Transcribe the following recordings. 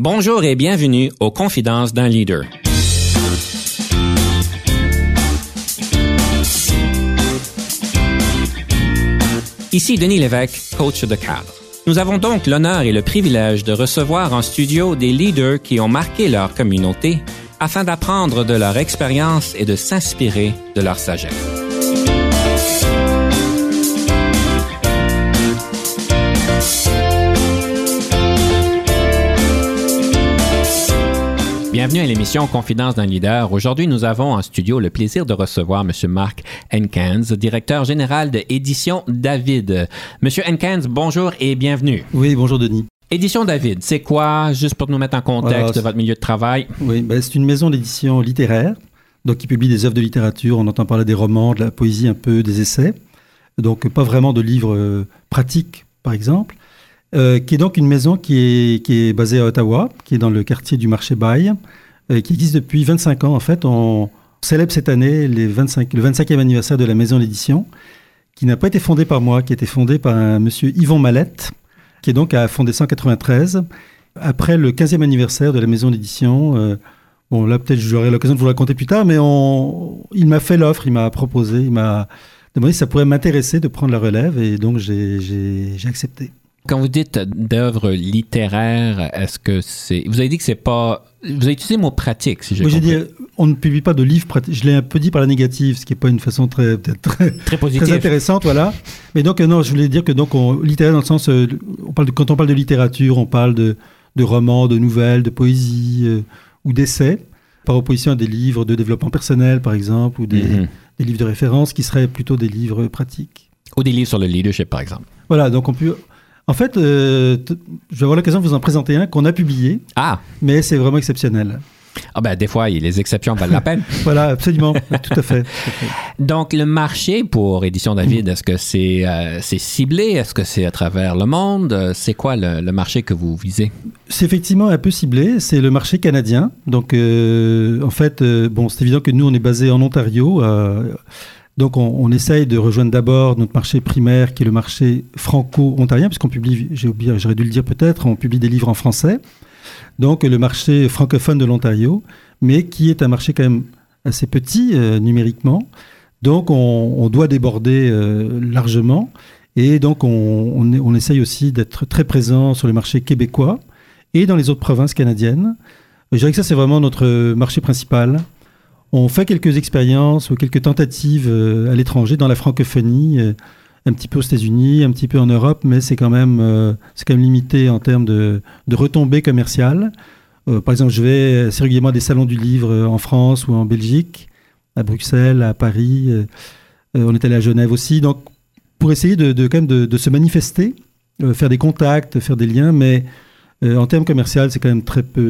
Bonjour et bienvenue aux Confidences d'un leader. Ici Denis Lévesque, coach de cadre. Nous avons donc l'honneur et le privilège de recevoir en studio des leaders qui ont marqué leur communauté afin d'apprendre de leur expérience et de s'inspirer de leur sagesse. Bienvenue à l'émission Confidences d'un leader. Aujourd'hui, nous avons en studio le plaisir de recevoir M. Mark Henkens, directeur général de Éditions David. M. Henkens, bonjour et bienvenue. Oui, bonjour Denis. Éditions David, c'est quoi, juste pour nous mettre en contexte de votre milieu de travail? Oui, c'est une maison d'édition littéraire, donc qui publie des œuvres de littérature. On entend parler des romans, de la poésie un peu, des essais. Donc pas vraiment de livres pratiques, par exemple. Qui est donc une maison qui est basée à Ottawa, qui est dans le quartier du Marché Baille, qui existe depuis 25 ans. En fait, on célèbre cette année le 25e anniversaire de la maison d'édition, qui n'a pas été fondée par moi, qui a été fondée par un monsieur Yvon Mallette, qui est donc a fondé 193, après le 15e anniversaire de la maison d'édition. Bon, là, peut-être j'aurai l'occasion de vous le raconter plus tard, mais il m'a fait l'offre, il m'a proposé, il m'a demandé si ça pourrait m'intéresser de prendre la relève, et donc j'ai accepté. Quand vous dites d'œuvres littéraires, est-ce que c'est... Vous avez dit que c'est pas... Vous avez utilisé le mot pratique, si j'ai compris. J'ai dit, on ne publie pas de livres pratiques. Je l'ai un peu dit par la négative, ce qui n'est pas une façon très positive. Très intéressante, voilà. Mais donc, non, je voulais dire que donc, littéraire dans le sens... quand on parle de littérature, on parle de romans, de nouvelles, de poésie ou d'essais, par opposition à des livres de développement personnel, par exemple, ou des livres de référence qui seraient plutôt des livres pratiques. Ou des livres sur le leadership, par exemple. Voilà, donc on peut... En fait, je vais avoir l'occasion de vous en présenter un qu'on a publié, mais c'est vraiment exceptionnel. Ah ben, des fois, les exceptions valent la peine. Voilà, absolument, tout à fait. Donc, le marché pour Édition David, est-ce que c'est ciblé? Est-ce que c'est à travers le monde? C'est quoi le marché que vous visez? C'est effectivement un peu ciblé, c'est le marché canadien. Donc, en fait, c'est évident que nous, on est basé en Ontario. Donc, on essaye de rejoindre d'abord notre marché primaire, qui est le marché franco-ontarien, puisqu'on publie, j'aurais dû le dire peut-être, on publie des livres en français. Donc, le marché francophone de l'Ontario, mais qui est un marché quand même assez petit numériquement. Donc, on doit déborder largement. Et donc, on essaye aussi d'être très présent sur le marché québécois et dans les autres provinces canadiennes. Je dirais que ça, c'est vraiment notre marché principal. On fait quelques expériences ou quelques tentatives à l'étranger, dans la francophonie, un petit peu aux États-Unis, un petit peu en Europe, mais c'est quand même limité en termes de retombées commerciales. Par exemple, je vais assez régulièrement à des salons du livre en France ou en Belgique, à Bruxelles, à Paris. On est allé à Genève aussi. Donc, pour essayer quand même de se manifester, faire des contacts, faire des liens, mais en termes commerciaux, c'est quand même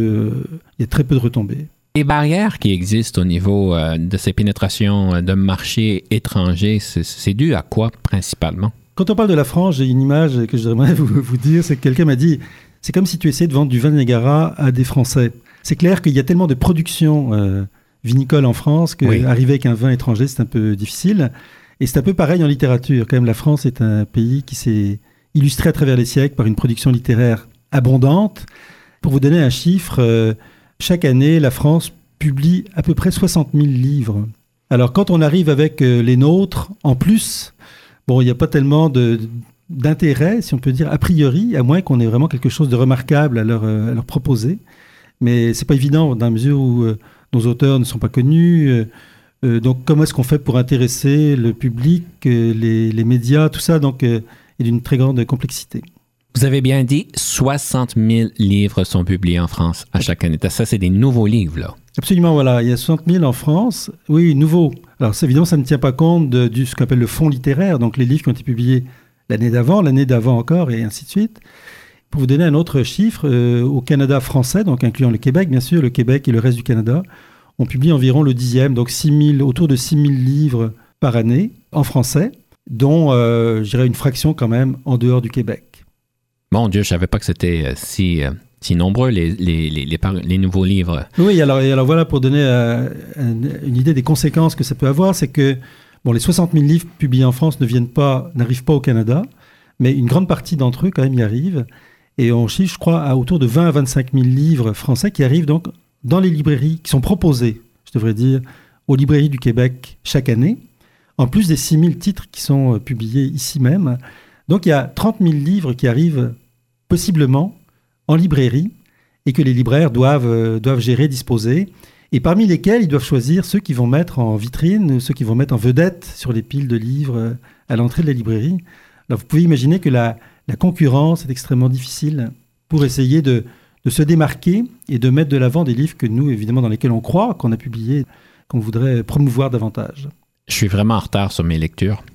il y a très peu de retombées. Les barrières qui existent au niveau de ces pénétrations de marchés étrangers, c'est dû à quoi principalement? Quand on parle de la France, j'ai une image que je voudrais vous dire, c'est que quelqu'un m'a dit, c'est comme si tu essayais de vendre du vin de Niagara à des Français. C'est clair qu'il y a tellement de production vinicole en France qu'arriver avec un vin étranger, c'est un peu difficile. Et c'est un peu pareil en littérature. Quand même, la France est un pays qui s'est illustré à travers les siècles par une production littéraire abondante. Pour vous donner un chiffre... chaque année, la France publie à peu près 60 000 livres. Alors, quand on arrive avec les nôtres, en plus, il n'y a pas tellement d'intérêt, si on peut dire, a priori, à moins qu'on ait vraiment quelque chose de remarquable à leur proposer. Mais ce n'est pas évident, dans la mesure où nos auteurs ne sont pas connus. Donc, comment est-ce qu'on fait pour intéresser le public, les médias, tout ça, donc, est d'une très grande complexité. Vous avez bien dit, 60 000 livres sont publiés en France à chaque année. Ça, c'est des nouveaux livres, là. Absolument, voilà. Il y a 60 000 en France. Oui, nouveaux. Alors, évidemment, ça ne tient pas compte de ce qu'on appelle le fonds littéraire, donc les livres qui ont été publiés l'année d'avant encore, et ainsi de suite. Pour vous donner un autre chiffre, au Canada français, donc incluant le Québec, bien sûr, le Québec et le reste du Canada, on publie environ le 10e, donc autour de 6 000 livres par année en français, dont, je dirais, une fraction quand même en dehors du Québec. Mon Dieu, je ne savais pas que c'était si nombreux, les nouveaux livres. Oui, alors voilà, pour donner une idée des conséquences que ça peut avoir, c'est que les 60 000 livres publiés en France n'arrivent pas au Canada, mais une grande partie d'entre eux, quand même, y arrivent. Et on chiffre, je crois, à autour de 20 à 25 000 livres français qui arrivent donc dans les librairies, qui sont proposés, je devrais dire, aux librairies du Québec chaque année, en plus des 6 000 titres qui sont publiés ici même. Donc il y a 30 000 livres qui arrivent possiblement en librairie et que les libraires doivent gérer, disposer, et parmi lesquels ils doivent choisir ceux qui vont mettre en vitrine, ceux qui vont mettre en vedette sur les piles de livres à l'entrée de la librairie. Alors vous pouvez imaginer que la concurrence est extrêmement difficile pour essayer de se démarquer et de mettre de l'avant des livres que nous, évidemment, dans lesquels on croit, qu'on a publiés, qu'on voudrait promouvoir davantage. Je suis vraiment en retard sur mes lectures.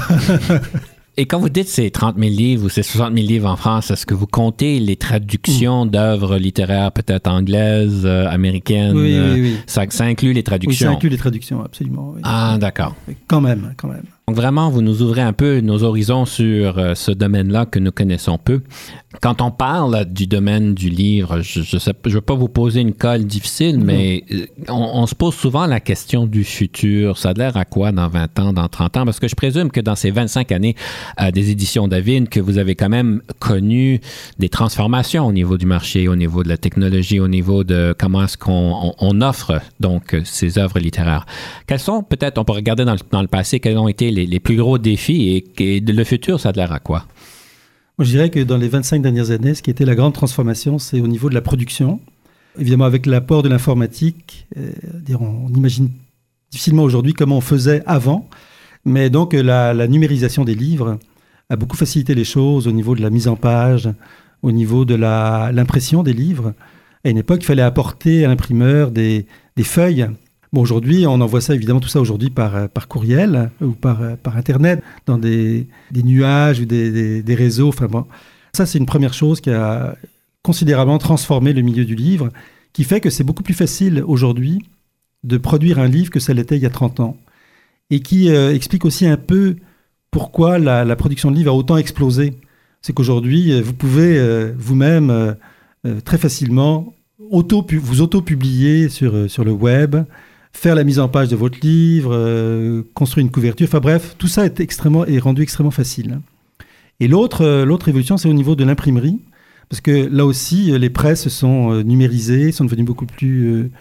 Et quand vous dites ces 30 000 livres ou ces 60 000 livres en France, est-ce que vous comptez les traductions d'œuvres littéraires peut-être anglaises, américaines? Oui. Ça inclut les traductions? Oui, ça inclut les traductions, absolument. Oui. Ah, d'accord. Quand même. Donc vraiment, vous nous ouvrez un peu nos horizons sur ce domaine-là que nous connaissons peu. Quand on parle du domaine du livre, je ne veux pas vous poser une colle difficile, mais on se pose souvent la question du futur. Ça a l'air à quoi dans 20 ans, dans 30 ans? Parce que je présume que dans ces 25 années des éditions David, que vous avez quand même connu des transformations au niveau du marché, au niveau de la technologie, au niveau de comment est-ce qu'on offre donc ces œuvres littéraires. Quels sont, peut-être, on peut regarder dans le passé, quels ont été les plus gros défis et le futur, ça a l'air à quoi? Moi, je dirais que dans les 25 dernières années, ce qui a été la grande transformation, c'est au niveau de la production. Évidemment, avec l'apport de l'informatique, on imagine difficilement aujourd'hui comment on faisait avant, mais donc la numérisation des livres a beaucoup facilité les choses au niveau de la mise en page, au niveau de l'impression des livres. À une époque, il fallait apporter à l'imprimeur des feuilles. Bon, aujourd'hui, on envoie ça, évidemment, tout ça aujourd'hui par courriel ou par Internet, dans des nuages ou des réseaux. Enfin bon, ça, c'est une première chose qui a considérablement transformé le milieu du livre, qui fait que c'est beaucoup plus facile aujourd'hui de produire un livre que ça l'était il y a 30 ans. Et qui explique aussi un peu pourquoi la production de livres a autant explosé. C'est qu'aujourd'hui, vous pouvez vous-même très facilement vous auto-publier sur le web, faire la mise en page de votre livre, construire une couverture. Enfin bref, tout ça est rendu extrêmement facile. Et l'autre évolution, c'est au niveau de l'imprimerie, parce que là aussi, les presses sont numérisées, sont devenues beaucoup plus,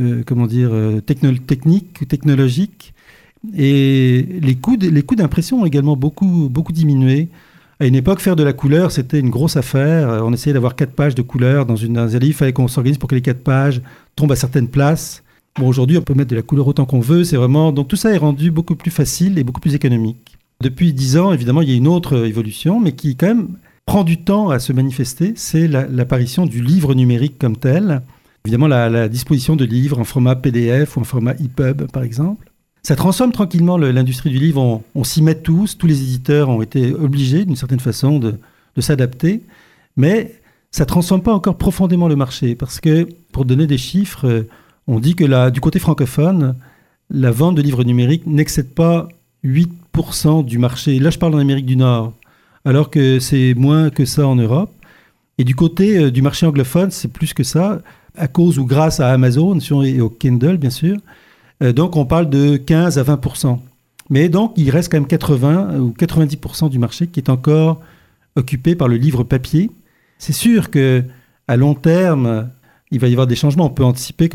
techniques, technologiques. Et les coûts d'impression ont également beaucoup diminué. À une époque, faire de la couleur, c'était une grosse affaire. On essayait d'avoir 4 pages de couleur dans un livre. Il fallait qu'on s'organise pour que les 4 pages tombent à certaines places. Bon, aujourd'hui, on peut mettre de la couleur autant qu'on veut. Donc tout ça est rendu beaucoup plus facile et beaucoup plus économique. Depuis 10 ans, évidemment, il y a une autre évolution, mais qui quand même prend du temps à se manifester. C'est l'apparition du livre numérique comme tel. Évidemment, la disposition de livres en format PDF ou en format EPUB, par exemple. Ça transforme tranquillement l'industrie du livre. On s'y met tous les éditeurs ont été obligés d'une certaine façon de s'adapter, mais ça ne transforme pas encore profondément le marché, parce que, pour donner des chiffres, on dit que du côté francophone, la vente de livres numériques n'excède pas 8% du marché. Là, je parle en Amérique du Nord, alors que c'est moins que ça en Europe. Et du côté du marché anglophone, c'est plus que ça, à cause ou grâce à Amazon et au Kindle, bien sûr. Donc, on parle de 15 à 20%. Mais donc, il reste quand même 80 ou 90% du marché qui est encore occupé par le livre papier. C'est sûr qu'à long terme, il va y avoir des changements. On peut anticiper que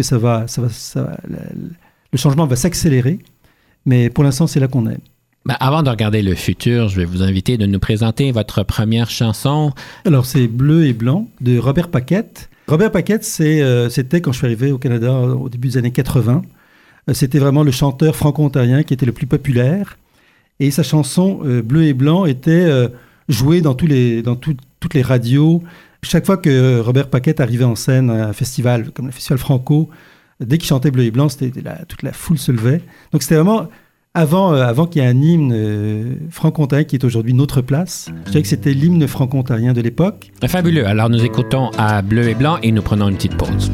le changement va s'accélérer. Mais pour l'instant, c'est là qu'on est. Avant de regarder le futur, je vais vous inviter de nous présenter votre première chanson. Alors, c'est Bleu et Blanc de Robert Paquette. Robert Paquette, c'était quand je suis arrivé au Canada au début des années 80. C'était vraiment le chanteur franco-ontarien qui était le plus populaire. Et sa chanson Bleu et Blanc était jouée dans toutes les radios. Chaque fois que Robert Paquette arrivait en scène à un festival, comme le Festival Franco, dès qu'il chantait Bleu et Blanc, toute la foule se levait. Donc c'était vraiment avant qu'il y ait un hymne franco-ontarien qui est aujourd'hui notre place. Je dirais que c'était l'hymne franco-ontarien de l'époque. Fabuleux. Alors nous écoutons à Bleu et Blanc et nous prenons une petite pause.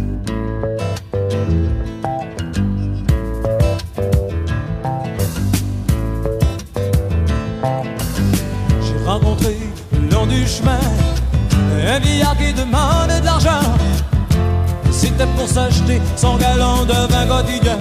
Rencontré le long du chemin un vieillard qui demandait de l'argent. C'était pour s'acheter son gallon de vin quotidien.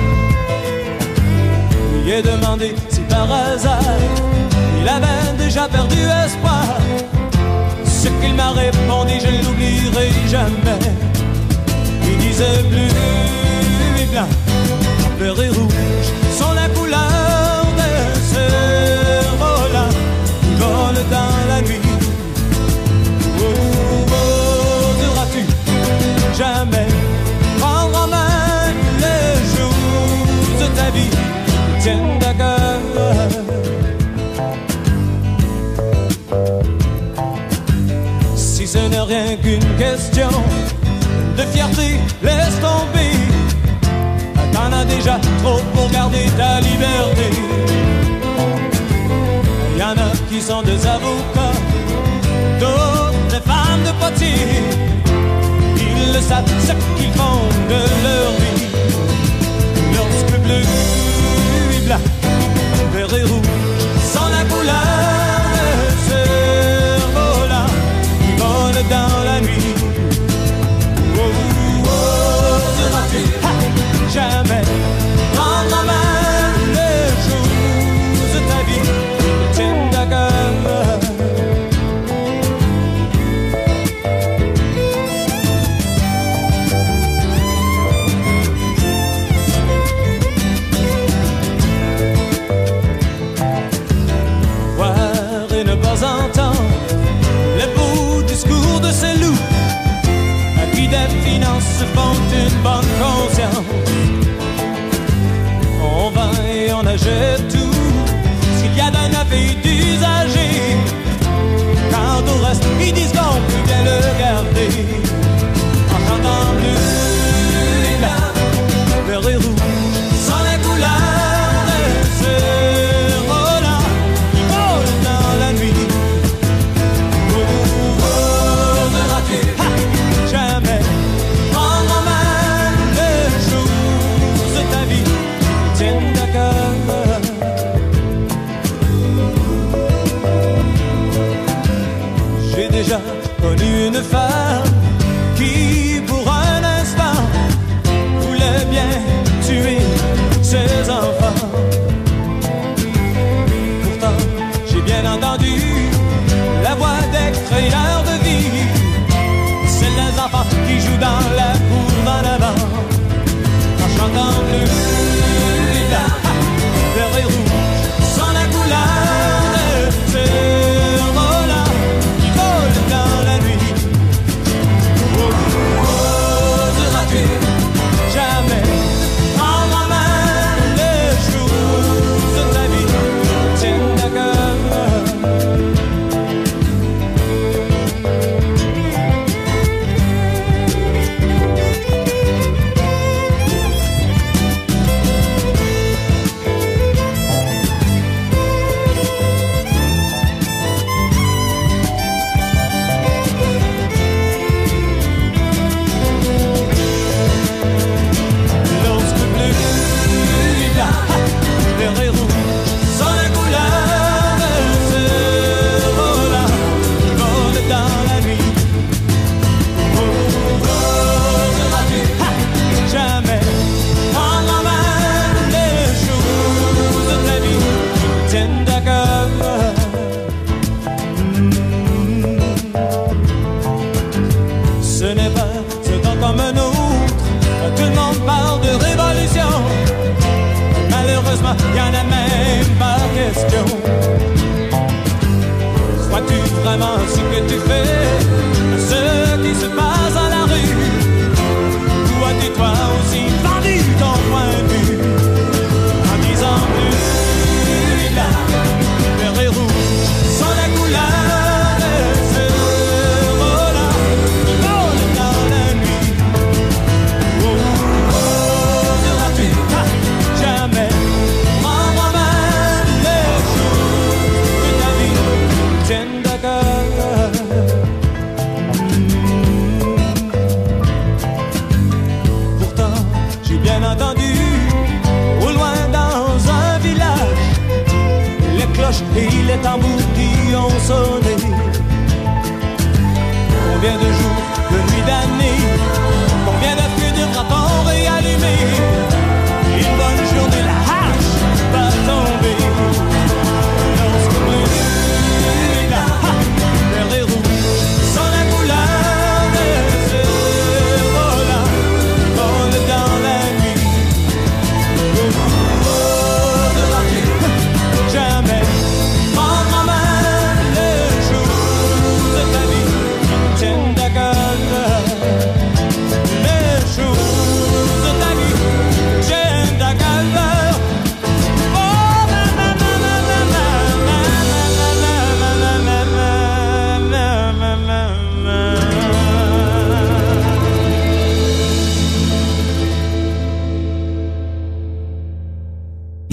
Il ai demandé si par hasard il avait déjà perdu espoir. Ce qu'il m'a répondu, je ne l'oublierai jamais. Il disait bleu et blanc, vert et rouge sont la couleur de ce volant qui vole dans la nuit. Oseras-tu jamais prendre en main les jours de ta vie qui tiennent à cœur? Si ce n'est rien qu'une question de fierté, laisse tomber. T'en as déjà trop pour garder ta liberté. Y'en a qui sont des avocats, d'autres des femmes de potier. Ils le savent ce qu'ils font de leur vie. Lorsque bleu et blanc, vert et rouge sont la couleur de ce volant qui vole dans la nuit. Oseras-tu jamais prendre en main les jours de ta vie qui tiennent à cœur? Voir et ne pas entendre les beaux discours de ces loups à qui des finances se font une bonne conscience. On va et on achète tout ce qu'il y a d'un neuf et d'usagé. Quant au reste, ils disent qu'on peut bien le garder. En chantant bleu et blanc, vert et rouge sont les couleurs de ce volant qui vole dans la nuit. Oseras-tu jamais prendre en main les jours de ta vie qui tiennent à cœur? J'ai déjà connu une femme qui, pour un instant, voulait bien tuer ses enfants. Pourtant, j'ai bien entendu la voix des créateurs de vie. C'est les enfants qui jouent dans la cour en avant, en chantant bleu et blanc, vert et rouge sont la couleur de ce volant qui vole dans la nuit. Oseras-tu jamais prendre en main les jours de ta vie qui tiennent à cœur? Lorsque bleu et blanc, vert et rouge sont la couleur de ce volant qui vole dans la nuit. Oseras-tu jamais prendre en main les jours de ta vie qui tiennent à cœur? Ce n'est pas ce temps comme un autre, tout le monde parle de révolution. Malheureusement, y en a même pas question. Crois-tu vraiment ce que tu fais, ce qui se passe dans la rue? Ou as-tu toi aussi vendu ton point de vue en disant bleu et blanc, vert et rouge sont la couleur de ce volant qui vole dans la nuit? Oseras-tu jamais prendre en main les jours de ta vie qui tiennent à cœur? Pourtant, j'ai bien entendu, au loin dans un village, les cloches et les tambours qui ont sonné. Combien de jours, de nuits, d'années, combien de feux de printemps réallumés? Une bonne journée, la hache va tomber. Lorsque bleu et blanc, vert et rouge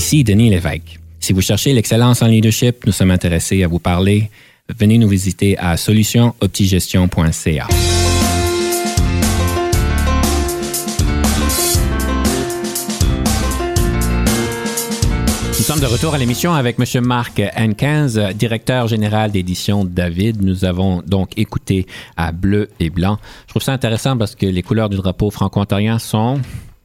Ici Denis Lévesque. Si vous cherchez l'excellence en leadership, nous sommes intéressés à vous parler. Venez nous visiter à solutionoptigestion.ca. Nous sommes de retour à l'émission avec M. Marc Hankins, directeur général d'édition David. Nous avons donc écouté à Bleu et Blanc. Je trouve ça intéressant parce que les couleurs du drapeau franco-ontarien sont...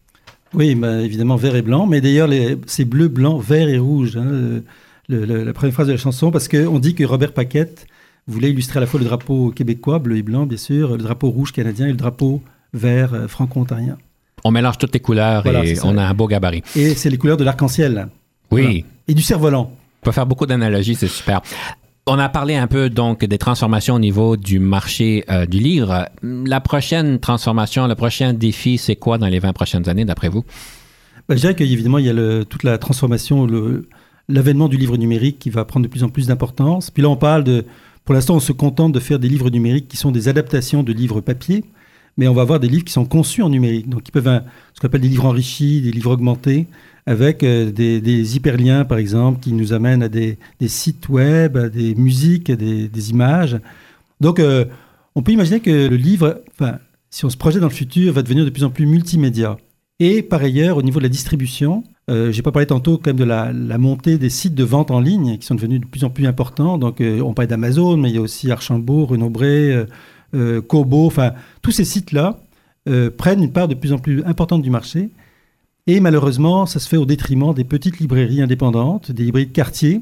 Oui, évidemment vert et blanc, mais d'ailleurs c'est bleu, blanc, vert et rouge, hein, la première phrase de la chanson, parce qu'on dit que Robert Paquette voulait illustrer à la fois le drapeau québécois, bleu et blanc bien sûr, le drapeau rouge canadien et le drapeau vert franco-ontarien. On mélange toutes les couleurs, voilà, et on a un beau gabarit. Et c'est les couleurs de l'arc-en-ciel. Oui. Voilà. Et du cerf-volant. On peut faire beaucoup d'analogies, c'est super. On a parlé un peu donc des transformations au niveau du marché du livre. La prochaine transformation, le prochain défi, c'est quoi dans les 20 prochaines années, d'après vous? Je dirais qu'évidemment, il y a toute la transformation, l'avènement du livre numérique qui va prendre de plus en plus d'importance. Puis là, on parle de... Pour l'instant, on se contente de faire des livres numériques qui sont des adaptations de livres papier, mais on va avoir des livres qui sont conçus en numérique. Donc, ils peuvent ce qu'on appelle des livres enrichis, des livres augmentés, avec des hyperliens, par exemple, qui nous amènent à des sites web, à des musiques, à des images. Donc, on peut imaginer que le livre, si on se projette dans le futur, va devenir de plus en plus multimédia. Et par ailleurs, au niveau de la distribution, je n'ai pas parlé tantôt quand même de la montée des sites de vente en ligne qui sont devenus de plus en plus importants. Donc, on parlait d'Amazon, mais il y a aussi Archambault, Renaud-Bré, Kobo. Tous ces sites-là prennent une part de plus en plus importante du marché. Et malheureusement, ça se fait au détriment des petites librairies indépendantes, des librairies de quartier.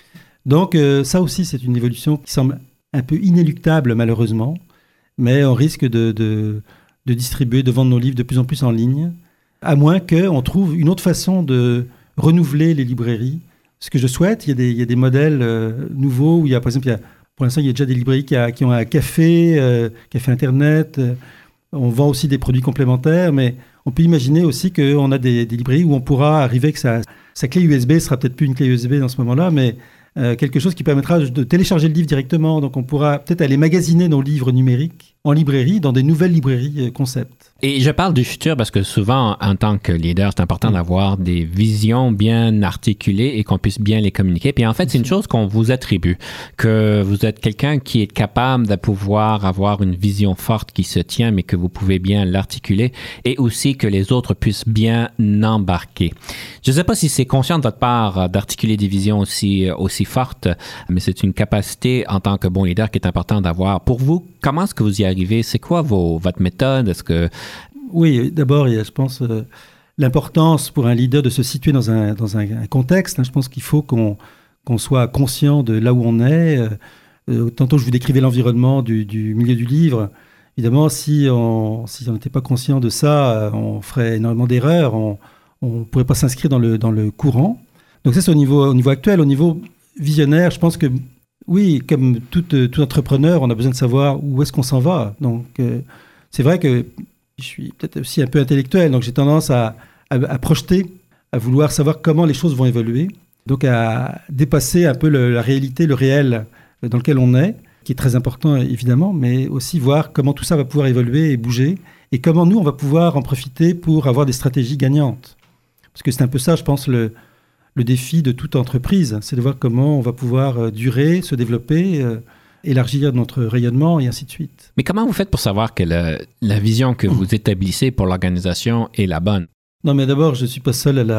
Donc ça aussi, c'est une évolution qui semble un peu inéluctable malheureusement, mais on risque de distribuer, de vendre nos livres de plus en plus en ligne, à moins qu'on trouve une autre façon de renouveler les librairies. Ce que je souhaite, il y a des modèles nouveaux, où il y a, par exemple, pour l'instant, il y a déjà des librairies qui ont un café Internet. On vend aussi des produits complémentaires, mais on peut imaginer aussi qu'on a des librairies où on pourra arriver que sa clé USB sera peut-être plus une clé USB dans ce moment-là, mais quelque chose qui permettra de télécharger le livre directement. Donc on pourra peut-être aller magasiner nos livres numériques en librairie, dans des nouvelles librairies concept. Et je parle du futur parce que souvent, en tant que leader, c'est important d'avoir des visions bien articulées et qu'on puisse bien les communiquer. Puis en fait, c'est une chose qu'on vous attribue, que vous êtes quelqu'un qui est capable de pouvoir avoir une vision forte qui se tient, mais que vous pouvez bien l'articuler et aussi que les autres puissent bien embarquer. Je ne sais pas si c'est conscient de votre part d'articuler des visions aussi fortes, mais c'est une capacité en tant que bon leader qui est important d'avoir. Pour vous, comment est-ce que vous y arrivez? C'est quoi votre méthode? Est-ce que... Oui, d'abord, il y a, je pense, l'importance pour un leader de se situer dans un contexte. Je pense qu'il faut qu'on soit conscient de là où on est. Tantôt, je vous décrivais l'environnement du milieu du livre. Évidemment, si on n'était pas conscient de ça, on ferait énormément d'erreurs. On ne pourrait pas s'inscrire dans le courant. Donc ça, c'est au niveau actuel. Au niveau visionnaire, je pense que, oui, comme tout entrepreneur, on a besoin de savoir où est-ce qu'on s'en va. Donc, c'est vrai que je suis peut-être aussi un peu intellectuel, donc j'ai tendance à projeter, à vouloir savoir comment les choses vont évoluer, donc à dépasser un peu la réalité, le réel dans lequel on est, qui est très important évidemment, mais aussi voir comment tout ça va pouvoir évoluer et bouger, et comment nous, on va pouvoir en profiter pour avoir des stratégies gagnantes. Parce que c'est un peu ça, je pense, le défi de toute entreprise, c'est de voir comment on va pouvoir durer, se développer, élargir notre rayonnement et ainsi de suite. Mais comment vous faites pour savoir que la vision que vous établissez pour l'organisation est la bonne? Non, mais d'abord, je ne suis pas seul à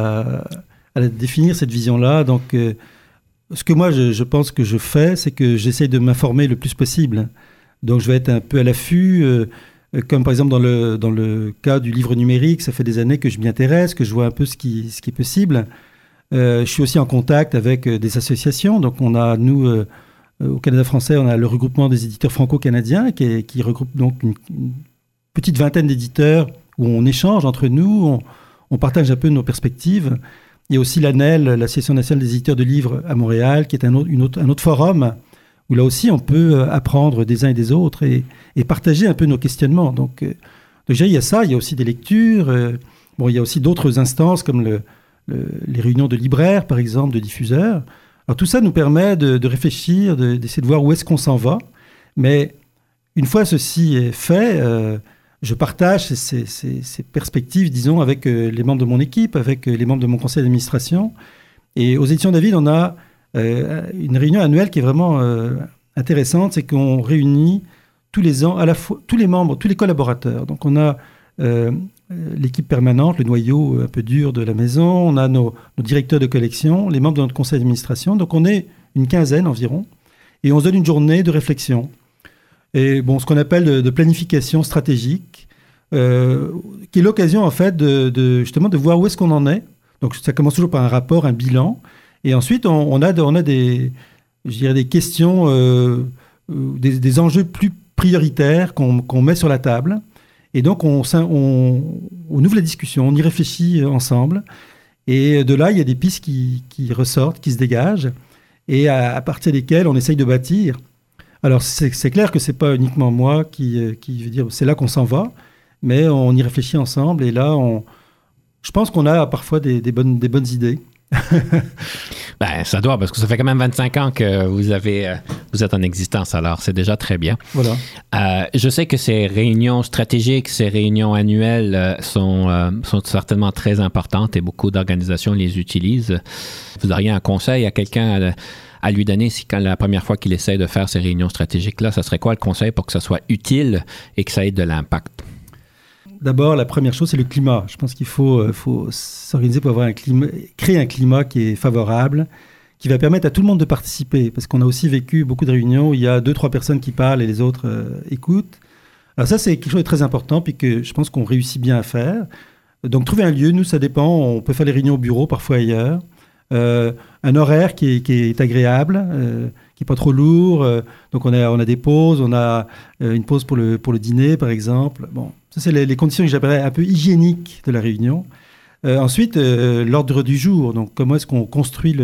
la définir, cette vision-là. Donc, ce que moi, je pense que je fais, c'est que j'essaye de m'informer le plus possible. Donc, je vais être un peu à l'affût, comme par exemple dans le cas du livre numérique, ça fait des années que je m'y intéresse, que je vois un peu ce qui est possible. Je suis aussi en contact avec des associations. Donc, on a, nous... au Canada français, on a le regroupement des éditeurs franco-canadiens qui regroupe donc une petite vingtaine d'éditeurs où on échange entre nous, on partage un peu nos perspectives. Il y a aussi l'ANEL, l'Association nationale des éditeurs de livres à Montréal, qui est un autre forum où là aussi on peut apprendre des uns et des autres et partager un peu nos questionnements. Donc déjà, il y a ça, il y a aussi des lectures. Il y a aussi d'autres instances comme les réunions de libraires, par exemple, de diffuseurs. Alors tout ça nous permet de réfléchir, d'essayer de voir où est-ce qu'on s'en va. Mais une fois ceci est fait, je partage ces perspectives, disons, avec les membres de mon équipe, avec les membres de mon conseil d'administration. Et aux éditions David, on a une réunion annuelle qui est vraiment intéressante, c'est qu'on réunit tous les ans à la fois tous les membres, tous les collaborateurs. Donc on a l'équipe permanente, le noyau un peu dur de la maison, on a nos directeurs de collection, les membres de notre conseil d'administration. Donc on est une quinzaine environ, et on se donne une journée de réflexion. Et bon, ce qu'on appelle de planification stratégique, qui est l'occasion en fait justement de voir où est-ce qu'on en est. Donc ça commence toujours par un rapport, un bilan, et ensuite on a des questions, des enjeux plus prioritaires qu'on met sur la table. Et donc on ouvre la discussion, on y réfléchit ensemble, et de là il y a des pistes qui ressortent, qui se dégagent, et à partir desquelles on essaye de bâtir. Alors c'est clair que c'est pas uniquement moi qui veut dire c'est là qu'on s'en va, mais on y réfléchit ensemble, et là je pense qu'on a parfois des bonnes idées. Ça doit, parce que ça fait quand même 25 ans que vous êtes en existence, alors c'est déjà très bien. Voilà. Je sais que ces réunions stratégiques, ces réunions annuelles sont certainement très importantes et beaucoup d'organisations les utilisent. Vous auriez un conseil à quelqu'un à lui donner si quand la première fois qu'il essaie de faire ces réunions stratégiques-là, ça serait quoi le conseil pour que ça soit utile et que ça ait de l'impact? D'abord, la première chose, c'est le climat. Je pense qu'il faut s'organiser pour avoir créer un climat qui est favorable, qui va permettre à tout le monde de participer. Parce qu'on a aussi vécu beaucoup de réunions où il y a 2-3 personnes qui parlent et les autres écoutent. Alors ça, c'est quelque chose de très important, puis que je pense qu'on réussit bien à faire. Donc, trouver un lieu, nous, ça dépend. On peut faire les réunions au bureau, parfois ailleurs. Un horaire qui est agréable, qui n'est pas trop lourd. Donc, on a des pauses. On a une pause pour le dîner, par exemple. Bon, ça, c'est les conditions que j'appellerais un peu hygiéniques de la réunion. Ensuite, l'ordre du jour. Donc, comment est-ce qu'on construit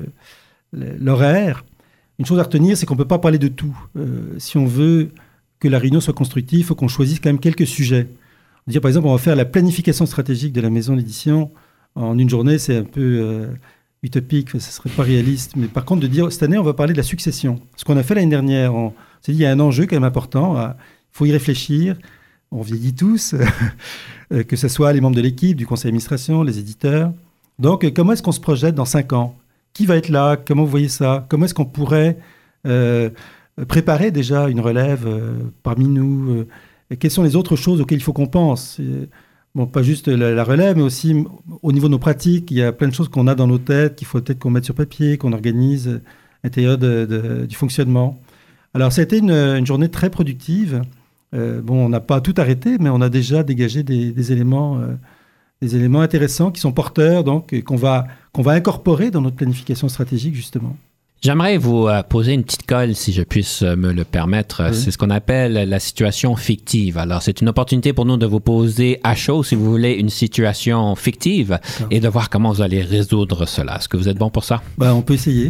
l'horaire? Une chose à retenir, c'est qu'on ne peut pas parler de tout. Si on veut que la réunion soit constructive, il faut qu'on choisisse quand même quelques sujets. Dire, par exemple, on va faire la planification stratégique de la maison d'édition en une journée, c'est un peu utopique, ça ne serait pas réaliste. Mais par contre, de dire, cette année, on va parler de la succession. Ce qu'on a fait l'année dernière, on s'est dit, il y a un enjeu quand même important, il faut y réfléchir. On vieillit tous, que ce soit les membres de l'équipe, du conseil d'administration, les éditeurs. Donc, comment est-ce qu'on se projette dans 5 ans? Qui va être là? Comment vous voyez ça? Comment est-ce qu'on pourrait préparer déjà une relève parmi nous? Quelles sont les autres choses auxquelles il faut qu'on pense? Bon, pas juste la relève, mais aussi au niveau de nos pratiques. Il y a plein de choses qu'on a dans nos têtes, qu'il faut peut-être qu'on mette sur papier, qu'on organise à l'intérieur du fonctionnement. Alors, ça a été une journée très productive. On n'a pas tout arrêté, mais on a déjà dégagé des éléments intéressants qui sont porteurs, donc qu'on va incorporer dans notre planification stratégique, justement. J'aimerais vous poser une petite colle, si je puisse me le permettre. Oui. C'est ce qu'on appelle la situation fictive. Alors, c'est une opportunité pour nous de vous poser à chaud, si vous voulez, une situation fictive et de voir comment vous allez résoudre cela. Est-ce que vous êtes bon pour ça? On peut essayer.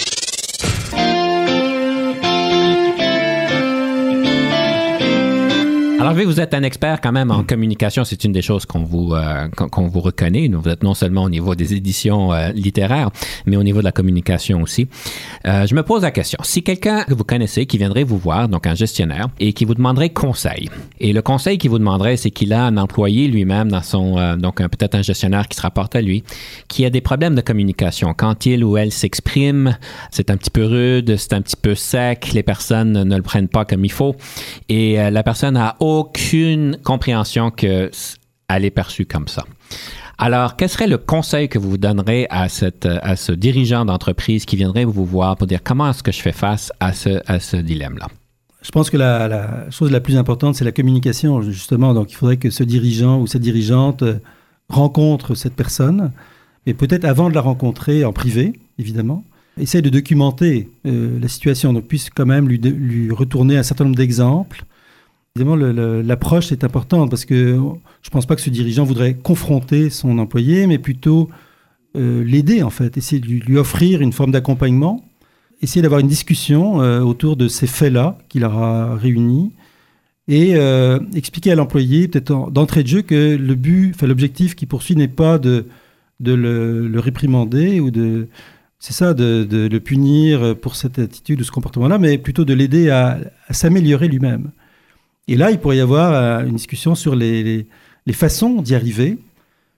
Alors, vous êtes un expert quand même en communication. C'est une des choses qu'on vous reconnaît. Vous êtes non seulement au niveau des éditions littéraires, mais au niveau de la communication aussi. Je me pose la question. Si quelqu'un que vous connaissez qui viendrait vous voir, donc un gestionnaire, et qui vous demanderait conseil, et le conseil qu'il vous demanderait, c'est qu'il a un employé lui-même dans son... donc peut-être un gestionnaire qui se rapporte à lui, qui a des problèmes de communication. Quand il ou elle s'exprime, c'est un petit peu rude, c'est un petit peu sec, les personnes ne le prennent pas comme il faut, et la personne a aucune compréhension qu'elle est perçue comme ça. Alors, quel serait le conseil que vous donnerez à ce dirigeant d'entreprise qui viendrait vous voir pour dire comment est-ce que je fais face à ce dilemme-là? Je pense que la chose la plus importante, c'est la communication, justement. Donc, il faudrait que ce dirigeant ou cette dirigeante rencontre cette personne, mais peut-être avant de la rencontrer en privé, évidemment, essaye de documenter la situation, donc puisse quand même lui retourner un certain nombre d'exemples. Évidemment, l'approche est importante parce que je ne pense pas que ce dirigeant voudrait confronter son employé, mais plutôt l'aider, en fait, essayer de lui offrir une forme d'accompagnement, essayer d'avoir une discussion autour de ces faits-là qu'il aura réunis et expliquer à l'employé, peut-être d'entrée de jeu, que l'objectif qu'il poursuit n'est pas de le réprimander ou de le punir pour cette attitude ou ce comportement-là, mais plutôt de l'aider à s'améliorer lui-même. Et là, il pourrait y avoir une discussion sur les façons d'y arriver,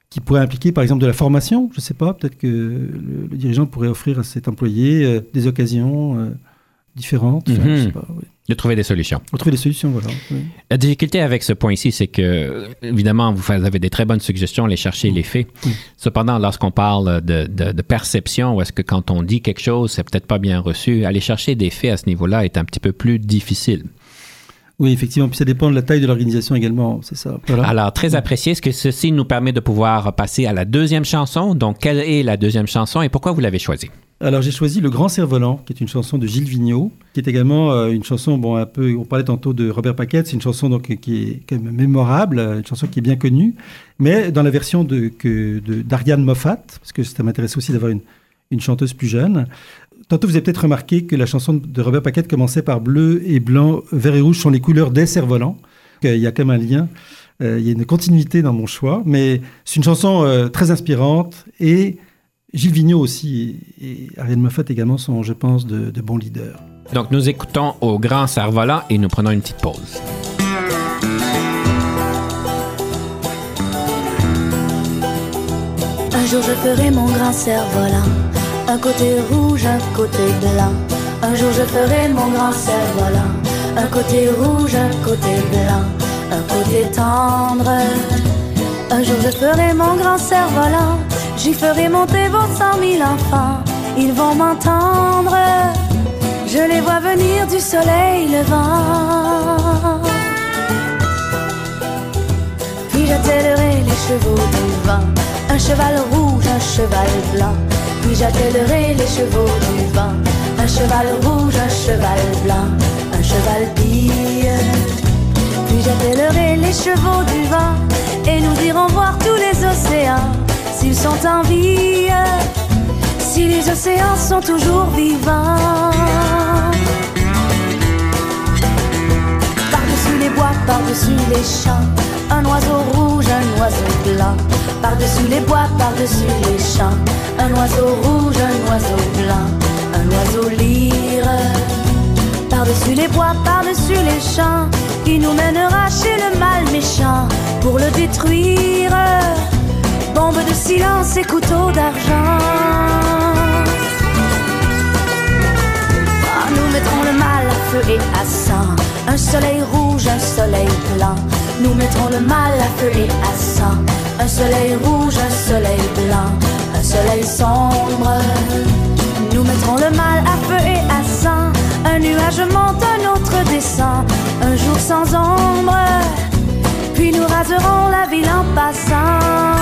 qui pourrait impliquer par exemple de la formation. Je ne sais pas, peut-être que le dirigeant pourrait offrir à cet employé des occasions différentes. Enfin, je sais pas, oui. De trouver des solutions. On trouve des solutions, voilà. Oui. La difficulté avec ce point ici, c'est que, évidemment, vous avez des très bonnes suggestions, aller chercher les faits. Cependant, lorsqu'on parle de perception, ou est-ce que quand on dit quelque chose, c'est peut-être pas bien reçu, aller chercher des faits à ce niveau-là est un petit peu plus difficile. Oui, effectivement. Puis ça dépend de la taille de l'organisation également, c'est ça. Voilà. Alors, très apprécié. Est-ce que ceci nous permet de pouvoir passer à la deuxième chanson? Donc, quelle est la deuxième chanson et pourquoi vous l'avez choisie? Alors, j'ai choisi Le Grand Cerf-Volant, qui est une chanson de Gilles Vigneault, qui est également une chanson, un peu, on parlait tantôt de Robert Paquette, c'est une chanson donc, qui est quand même mémorable, une chanson qui est bien connue, mais dans la version d'Ariane Moffat, parce que ça m'intéresse aussi d'avoir une chanteuse plus jeune. Tantôt, vous avez peut-être remarqué que la chanson de Robert Paquette commençait par bleu et blanc, vert et rouge sont les couleurs des cerfs-volants. Il y a quand même un lien, il y a une continuité dans mon choix, mais c'est une chanson très inspirante et Gilles Vigneault aussi et Ariane Moffat également sont, je pense, de bons leaders. Donc, nous écoutons Au Grand Cerf-Volant et nous prenons une petite pause. Un jour je ferai mon grand cerf-volant, un côté rouge, un côté blanc. Un jour je ferai mon grand cerf-volant, un côté rouge, un côté blanc, un côté tendre. Un jour je ferai mon grand cerf-volant, j'y ferai monter vos 100 000 enfants, ils vont m'entendre. Je les vois venir du soleil levant. Puis j'attellerai les chevaux du vent, un cheval rouge, un cheval blanc. Puis j'attellerai les chevaux du vent, un cheval rouge, un cheval blanc, un cheval pie. Puis j'attellerai les chevaux du vent et nous irons voir tous les océans, s'ils sont en vie, si les océans sont toujours vivants. Par-dessus les bois, par-dessus les champs, un oiseau rouge, un oiseau blanc. Par-dessus les bois, par-dessus les champs, un oiseau rouge, un oiseau blanc, un oiseau lyre. Par-dessus les bois, par-dessus les champs, qui nous mènera chez le mal méchant pour le détruire. Bombe de silence et couteau d'argent. Ah, nous mettrons le mal à feu et à sang, un soleil rouge, un soleil blanc. Nous mettrons le mal à feu et à sang, un soleil rouge, un soleil blanc, un soleil sombre. Nous mettrons le mal à feu et à sang, un nuage monte, un autre descend, un jour sans ombre, puis nous raserons la ville en passant.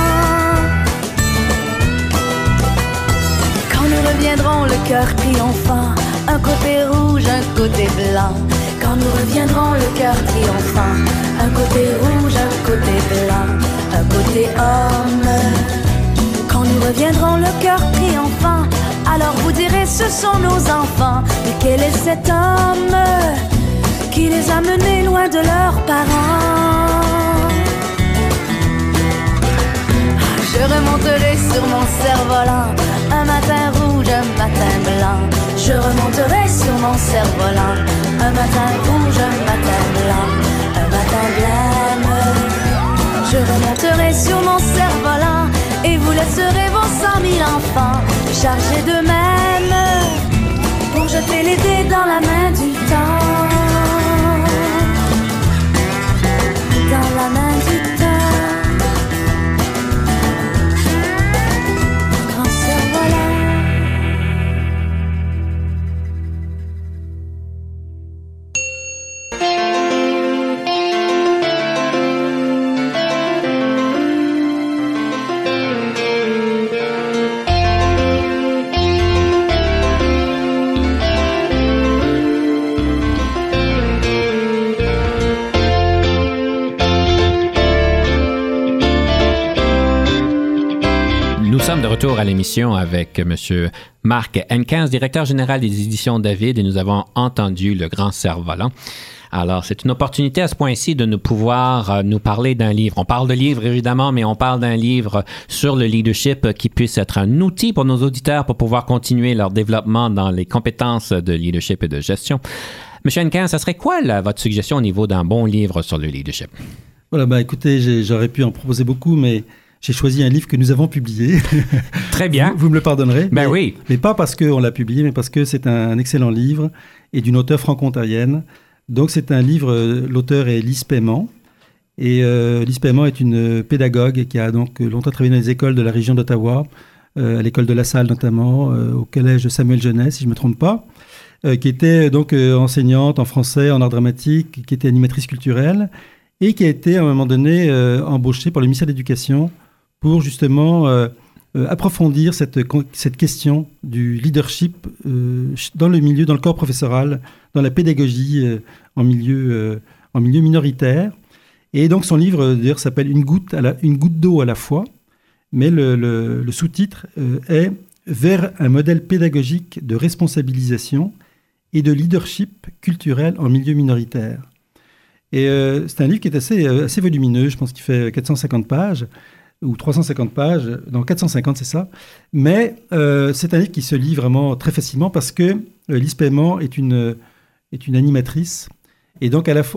Quand nous reviendrons le cœur triomphant, un côté rouge, un côté blanc. Quand nous reviendrons le cœur triomphant, un côté rouge, un côté blanc, un côté homme. Quand nous reviendrons le cœur triomphant, alors vous direz ce sont nos enfants. Mais quel est cet homme qui les a menés loin de leurs parents? Je remonterai sur mon cerf-volant, un matin rouge, un matin blanc. Je remonterai sur mon cerf-volant, un matin rouge, un matin blanc, un matin blême. Je remonterai sur mon cerf-volant et vous laisserez vos 100 000 enfants chargés d'eux-mêmes pour jeter les dés dans la main du temps. Dans la main du temps. Nous sommes de retour à l'émission avec M. Marc Henkens, directeur général des éditions David, et nous avons entendu Le Grand Cerf-Volant. Alors, c'est une opportunité à ce point-ci de nous pouvoir nous parler d'un livre. On parle de livre, évidemment, mais on parle d'un livre sur le leadership qui puisse être un outil pour nos auditeurs pour pouvoir continuer leur développement dans les compétences de leadership et de gestion. M. Henkens, ça serait quoi votre suggestion au niveau d'un bon livre sur le leadership? Voilà, écoutez, j'aurais pu en proposer beaucoup, mais j'ai choisi un livre que nous avons publié. Très bien. Vous me le pardonnerez. Ben oui. Mais pas parce qu'on l'a publié, mais parce que c'est un excellent livre et d'une auteure franco-ontarienne. Donc c'est un livre, l'auteur est Lise Paiement. Et Lise Paiement est une pédagogue qui a donc longtemps travaillé dans les écoles de la région d'Ottawa, à l'école de La Salle notamment, au collège Samuel Genet, si je ne me trompe pas, qui était donc enseignante en français, en art dramatique, qui était animatrice culturelle et qui a été à un moment donné embauchée par le ministère de l'Éducation pour justement approfondir cette question du leadership dans le milieu, dans le corps professoral, dans la pédagogie en milieu minoritaire. Et donc son livre d'ailleurs s'appelle Une goutte d'eau à la fois, mais le sous-titre est Vers un modèle pédagogique de responsabilisation et de leadership culturel en milieu minoritaire. Et c'est un livre qui est assez volumineux, je pense qu'il fait 450 pages, ou 350 pages, non 450 c'est ça, mais c'est un livre qui se lit vraiment très facilement parce que Lise Paiement est une animatrice, et donc la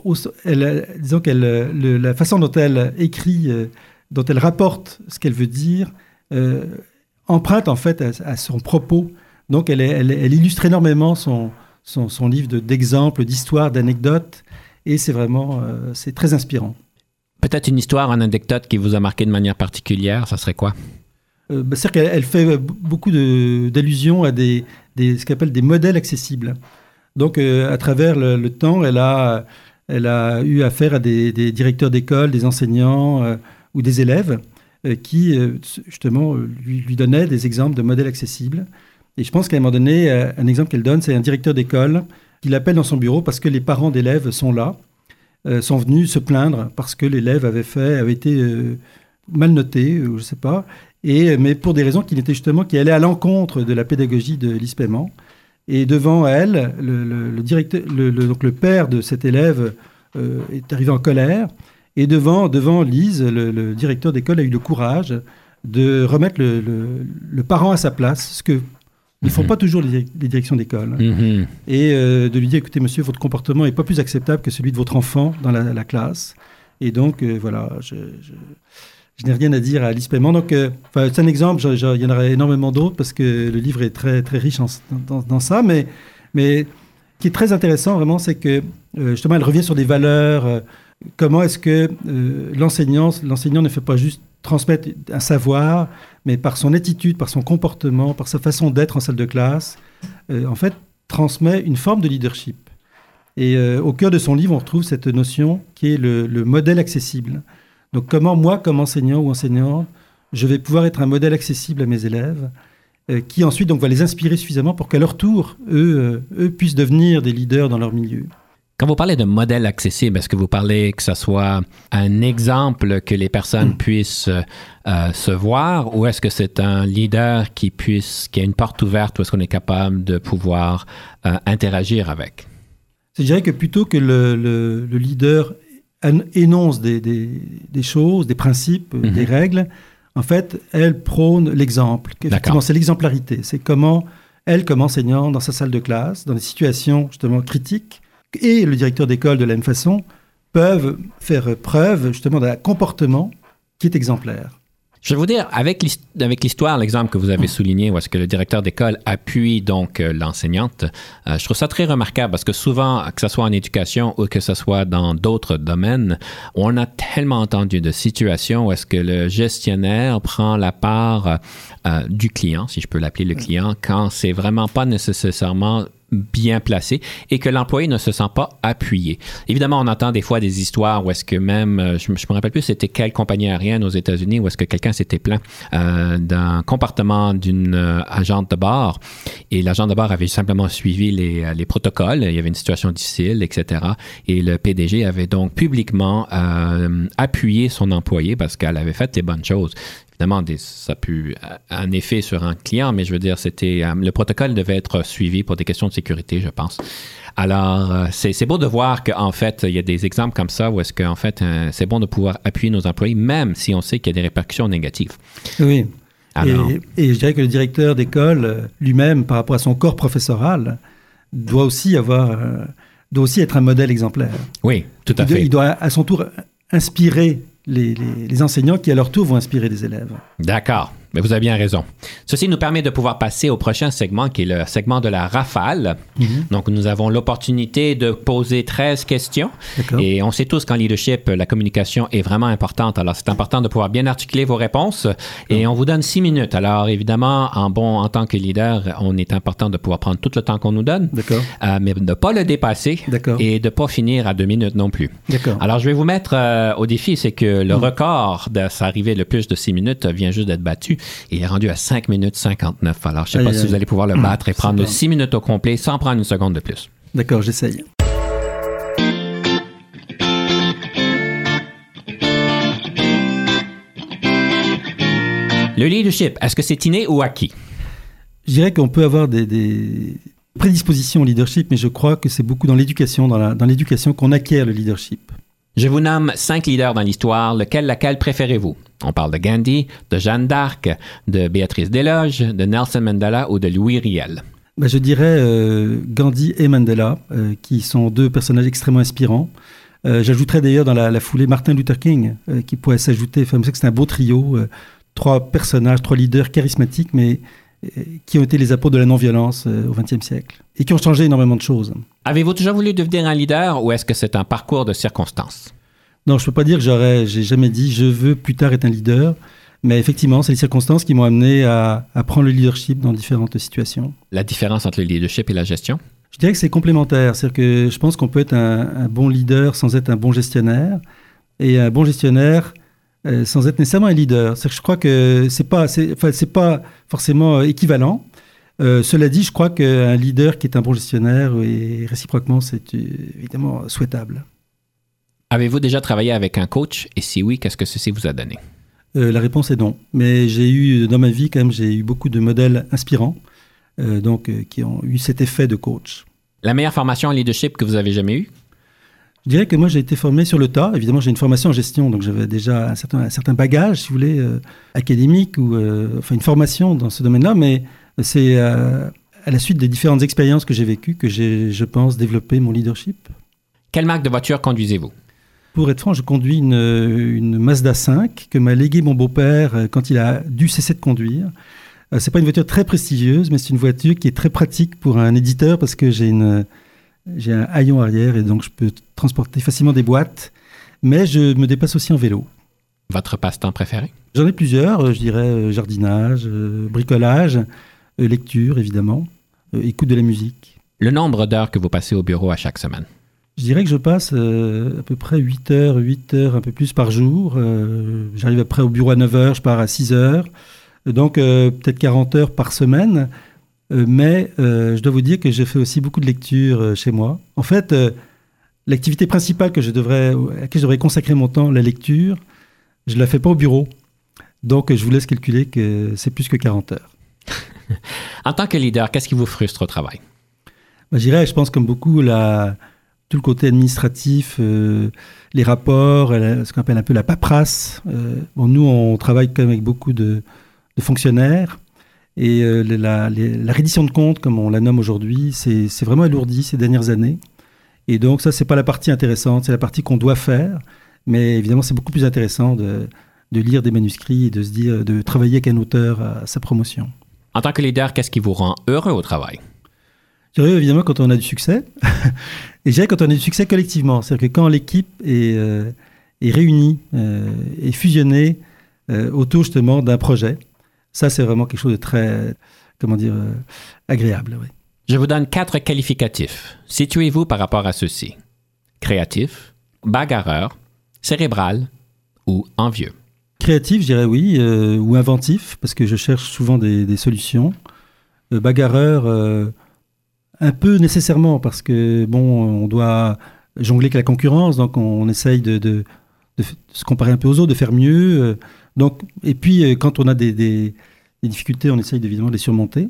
façon dont elle écrit, dont elle rapporte ce qu'elle veut dire, emprunte en fait à son propos. Donc elle illustre énormément son livre d'exemples, d'histoires, d'anecdotes, et c'est vraiment c'est très inspirant. Peut-être une histoire, une anecdote qui vous a marqué de manière particulière, ça serait quoi? C'est-à-dire qu'elle fait beaucoup d'allusions à ce qu'elle appelle des modèles accessibles. Donc, à travers le temps, elle a eu affaire à des directeurs d'école, des enseignants ou des élèves qui, justement, lui donnaient des exemples de modèles accessibles. Et je pense qu'à un moment donné, un exemple qu'elle donne, c'est un directeur d'école qui l'appelle dans son bureau parce que les parents d'élèves sont là, sont venus se plaindre parce que l'élève avait été mal noté, je ne sais pas, mais pour des raisons qui allaient à l'encontre de la pédagogie de Lise Paiement. Et devant elle, le père de cet élève est arrivé en colère. Et devant Lise, le directeur d'école a eu le courage de remettre le parent à sa place, ce que ne font pas toujours les directions d'école. Et de lui dire, écoutez, monsieur, votre comportement n'est pas plus acceptable que celui de votre enfant dans la classe. Et donc, voilà, je n'ai rien à dire à Lise Paiement. Donc, c'est un exemple, il y en aurait énormément d'autres parce que le livre est très, très riche dans ça. Mais ce qui est très intéressant, vraiment, c'est que, justement, elle revient sur des valeurs. Comment est-ce que l'enseignant ne fait pas juste transmettre un savoir, mais par son attitude, par son comportement, par sa façon d'être en salle de classe, en fait, transmet une forme de leadership. Et au cœur de son livre, on retrouve cette notion qui est le modèle accessible. Donc, comment moi, comme enseignant ou enseignante, je vais pouvoir être un modèle accessible à mes élèves, qui ensuite donc, va les inspirer suffisamment pour qu'à leur tour, eux puissent devenir des leaders dans leur milieu. Quand vous parlez de modèle accessible, est-ce que vous parlez que ce soit un exemple que les personnes puissent se voir, ou est-ce que c'est un leader qui a une porte ouverte où est-ce qu'on est capable de pouvoir interagir avec? Je dirais que plutôt que le leader énonce des choses, des principes, des règles, en fait, elle prône l'exemple. Effectivement, c'est l'exemplarité. C'est comment elle, comme enseignante, dans sa salle de classe, dans des situations justement critiques, et le directeur d'école de la même façon, peuvent faire preuve justement d'un comportement qui est exemplaire. Je vais vous dire, avec l'histoire, l'exemple que vous avez souligné, où est-ce que le directeur d'école appuie donc l'enseignante, je trouve ça très remarquable parce que souvent, que ce soit en éducation ou que ce soit dans d'autres domaines, on a tellement entendu de situations où est-ce que le gestionnaire prend la part du client, si je peux l'appeler le client, quand c'est vraiment pas nécessairement bien placé et que l'employé ne se sent pas appuyé. Évidemment, on entend des fois des histoires où est-ce que même, je me rappelle plus c'était quelle compagnie aérienne aux États-Unis où est-ce que quelqu'un s'était plaint d'un comportement d'une agente de bord et l'agente de bord avait simplement suivi les protocoles, il y avait une situation difficile, etc. Et le PDG avait donc publiquement appuyé son employé parce qu'elle avait fait les bonnes choses. Évidemment, ça a pu un effet sur un client, mais je veux dire, le protocole devait être suivi pour des questions de sécurité, je pense. Alors, c'est beau de voir qu'en fait, il y a des exemples comme ça où est-ce qu'en fait, c'est bon de pouvoir appuyer nos employés, même si on sait qu'il y a des répercussions négatives. Oui. Alors, et je dirais que le directeur d'école lui-même, par rapport à son corps professoral, doit aussi être un modèle exemplaire. Oui, tout à fait. Il doit à son tour inspirer les enseignants qui, à leur tour, vont inspirer les élèves. D'accord. Mais vous avez bien raison. Ceci nous permet de pouvoir passer au prochain segment, qui est le segment de la rafale. Donc, nous avons l'opportunité de poser 13 questions. D'accord. Et on sait tous qu'en leadership, la communication est vraiment importante. Alors, c'est important de pouvoir bien articuler vos réponses. Et on vous donne 6 minutes. Alors, évidemment, en tant que leader, on est important de pouvoir prendre tout le temps qu'on nous donne. D'accord. Mais de ne pas le dépasser. D'accord. Et de ne pas finir à 2 minutes non plus. D'accord. Alors, je vais vous mettre au défi, c'est que le record de s'arriver le plus de 6 minutes vient juste d'être battu. Il est rendu à 5 minutes 59. Alors, je ne sais pas si vous allez pouvoir le battre et prendre 6 minutes au complet sans prendre une seconde de plus. D'accord, j'essaye. Le leadership, est-ce que c'est inné ou acquis? Je dirais qu'on peut avoir des prédispositions au leadership, mais je crois que c'est beaucoup dans l'éducation, dans l'éducation qu'on acquiert le leadership. Je vous nomme 5 leaders dans l'histoire. Laquelle préférez-vous? On parle de Gandhi, de Jeanne d'Arc, de Béatrice Desloges, de Nelson Mandela ou de Louis Riel. Je dirais Gandhi et Mandela, qui sont 2 personnages extrêmement inspirants. J'ajouterais d'ailleurs dans la foulée Martin Luther King, qui pourrait s'ajouter. Enfin, je sais que c'est un beau trio, 3 personnages, 3 leaders charismatiques, mais qui ont été les apôtres de la non-violence au XXe siècle et qui ont changé énormément de choses. Avez-vous toujours voulu devenir un leader ou est-ce que c'est un parcours de circonstances? Non, je ne peux pas dire que j'ai jamais dit je veux plus tard être un leader, mais effectivement, c'est les circonstances qui m'ont amené à prendre le leadership dans différentes situations. La différence entre le leadership et la gestion? Je dirais que c'est complémentaire, c'est-à-dire que je pense qu'on peut être un bon leader sans être un bon gestionnaire et un bon gestionnaire sans être nécessairement un leader. C'est que je crois que c'est pas forcément équivalent. Cela dit, je crois qu'un leader qui est un bon gestionnaire, et réciproquement, c'est évidemment souhaitable. Avez-vous déjà travaillé avec un coach? Et si oui, qu'est-ce que ceci vous a donné? La réponse est non. Mais dans ma vie, quand même, j'ai eu beaucoup de modèles inspirants, qui ont eu cet effet de coach. La meilleure formation en leadership que vous avez jamais eue? Je dirais que moi, j'ai été formé sur le tas. Évidemment, j'ai une formation en gestion, donc j'avais déjà un certain bagage, si vous voulez, académique ou une formation dans ce domaine-là. Mais c'est à la suite des différentes expériences que j'ai vécues que j'ai, je pense, développé mon leadership. Quelle marque de voiture conduisez-vous? Pour être franc, je conduis une Mazda 5 que m'a légué mon beau-père quand il a dû cesser de conduire. C'est pas une voiture très prestigieuse, mais c'est une voiture qui est très pratique pour un éditeur parce que j'ai un haillon arrière et donc je peux transporter facilement des boîtes, mais je me déplace aussi en vélo. Votre passe-temps préféré? J'en ai plusieurs, je dirais jardinage, bricolage, lecture évidemment, écoute de la musique. Le nombre d'heures que vous passez au bureau à chaque semaine? Je dirais que je passe à peu près 8 heures, un peu plus par jour. J'arrive après au bureau à 9 heures, je pars à 6 heures. Donc peut-être 40 heures par semaine. Mais je dois vous dire que je fais aussi beaucoup de lectures chez moi. En fait, l'activité principale à laquelle je devrais consacrer mon temps, la lecture, je ne la fais pas au bureau. Donc je vous laisse calculer que c'est plus que 40 heures. En tant que leader, qu'est-ce qui vous frustre au travail? Je pense comme beaucoup, tout le côté administratif, les rapports, ce qu'on appelle un peu la paperasse. Nous, on travaille quand même avec beaucoup de fonctionnaires. Et la reddition de comptes, comme on la nomme aujourd'hui, c'est vraiment alourdi ces dernières années. Et donc ça, c'est pas la partie intéressante, c'est la partie qu'on doit faire. Mais évidemment, c'est beaucoup plus intéressant de lire des manuscrits et de travailler avec un auteur à sa promotion. En tant que leader, qu'est-ce qui vous rend heureux au travail? Je dirais évidemment quand on a du succès. Et je dirais quand on a du succès collectivement. C'est-à-dire que quand l'équipe est réunie, est fusionnée autour justement d'un projet, ça, c'est vraiment quelque chose de très, agréable. Oui. Je vous donne 4 qualificatifs. Situez-vous par rapport à ceux-ci. Créatif, bagarreur, cérébral ou envieux. Créatif, je dirais oui, ou inventif, parce que je cherche souvent des solutions. Bagarreur, un peu nécessairement, parce que, on doit jongler avec la concurrence, donc on essaye de se comparer un peu aux autres, de faire mieux. Et puis, quand on a des difficultés, on essaye évidemment de les surmonter.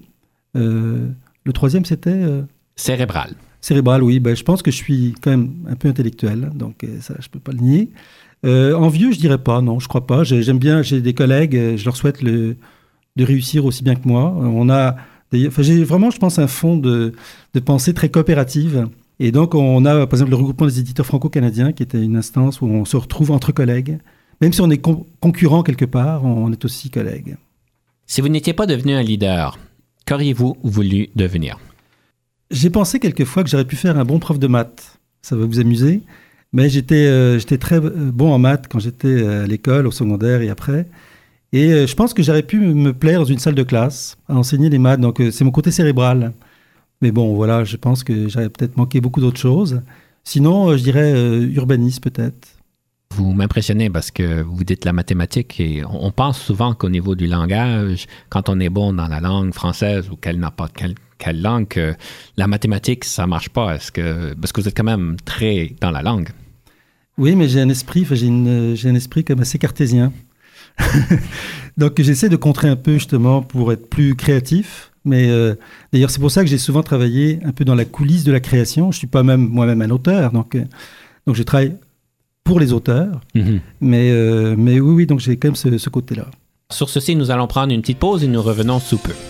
Le troisième, c'était cérébral. Cérébral, oui. Je pense que je suis quand même un peu intellectuel, donc ça, je ne peux pas le nier. Envieux, je ne dirais pas, non, je ne crois pas. J'aime bien, j'ai des collègues, je leur souhaite de réussir aussi bien que moi. J'ai vraiment, je pense, un fond de pensée très coopérative. Et donc, on a, par exemple, le regroupement des éditeurs franco-canadiens, qui était une instance où on se retrouve entre collègues Même si on est concurrent quelque part, on est aussi collègues. Si vous n'étiez pas devenu un leader, qu'auriez-vous voulu devenir? J'ai pensé quelquefois que j'aurais pu faire un bon prof de maths. Ça va vous amuser. Mais j'étais très bon en maths quand j'étais à l'école, au secondaire et après. Et je pense que j'aurais pu me plaire dans une salle de classe à enseigner les maths. Donc c'est mon côté cérébral. Mais bon, voilà, je pense que j'aurais peut-être manqué beaucoup d'autres choses. Sinon, je dirais urbaniste peut-être. Vous m'impressionnez parce que vous dites la mathématique et on pense souvent qu'au niveau du langage, quand on est bon dans la langue française ou n'importe quelle langue, que la mathématique, ça ne marche pas. Parce que vous êtes quand même très dans la langue. Oui, mais j'ai un esprit comme assez cartésien. Donc j'essaie de contrer un peu justement pour être plus créatif. Mais d'ailleurs, c'est pour ça que j'ai souvent travaillé un peu dans la coulisse de la création. Je ne suis pas moi-même un auteur, donc je travaille pour les auteurs. Mm-hmm. Mais oui, donc j'ai quand même ce côté-là. Sur ceci, nous allons prendre une petite pause et nous revenons sous peu.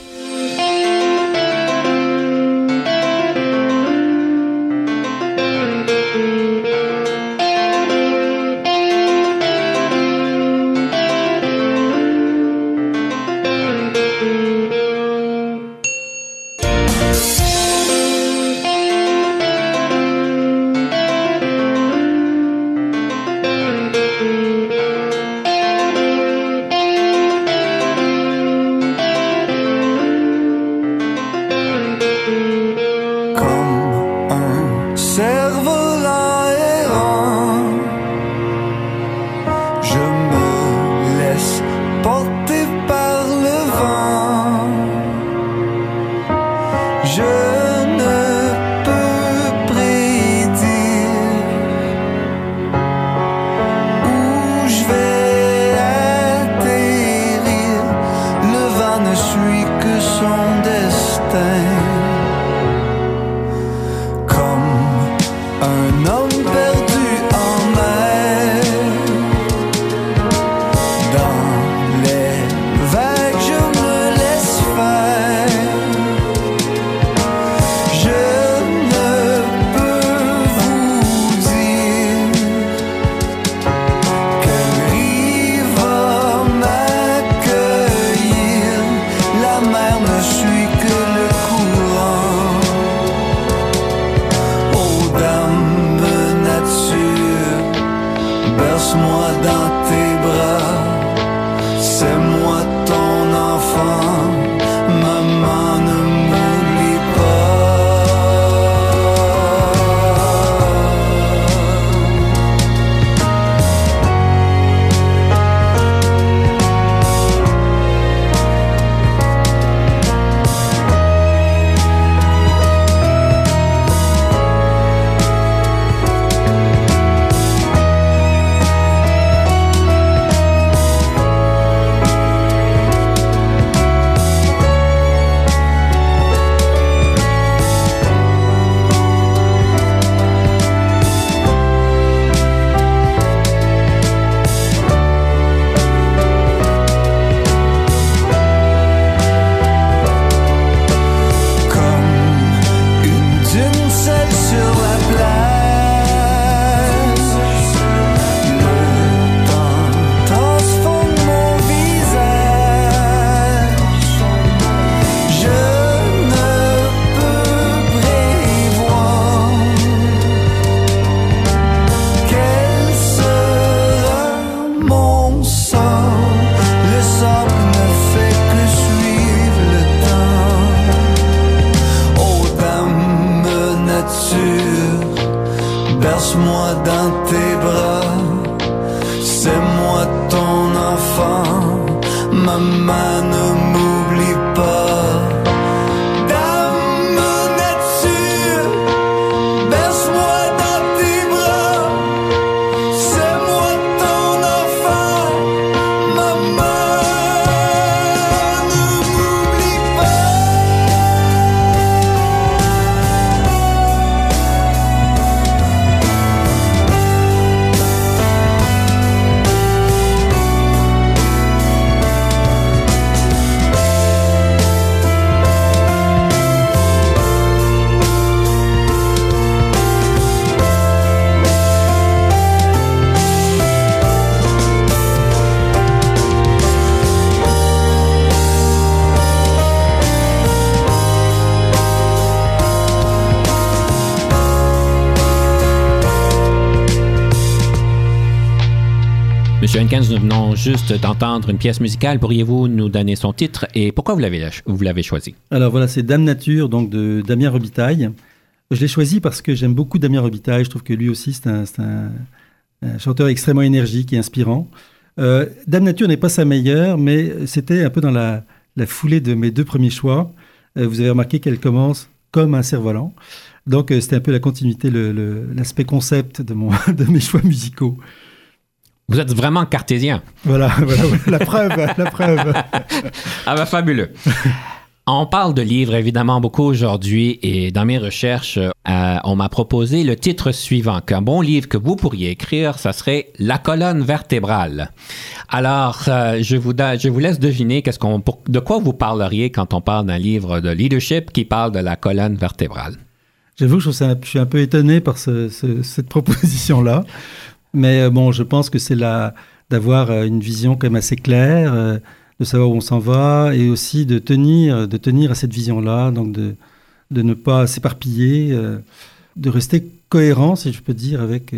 Monsieur Henkens, nous venons juste d'entendre une pièce musicale. Pourriez-vous nous donner son titre et pourquoi vous l'avez choisi? Alors voilà, c'est Dame Nature, donc de Damien Robitaille. Je l'ai choisi parce que j'aime beaucoup Damien Robitaille. Je trouve que lui aussi, c'est un chanteur extrêmement énergique et inspirant. Dame Nature n'est pas sa meilleure, mais c'était un peu dans la foulée de mes deux premiers choix. Vous avez remarqué qu'elle commence comme un cerf-volant. Donc, c'était un peu la continuité, l'aspect concept de mes choix musicaux. Vous êtes vraiment cartésien. Voilà, la preuve. Ah ben, fabuleux. On parle de livres évidemment beaucoup aujourd'hui et dans mes recherches, on m'a proposé le titre suivant, qu'un bon livre que vous pourriez écrire, ça serait La colonne vertébrale. Alors, je vous laisse deviner de quoi vous parleriez quand on parle d'un livre de leadership qui parle de la colonne vertébrale. J'avoue que je suis un peu étonné par cette proposition-là, mais bon, je pense que c'est d'avoir une vision quand même assez claire, de savoir où on s'en va et aussi de tenir à cette vision-là, donc de ne pas s'éparpiller, de rester cohérent, si je peux dire, avec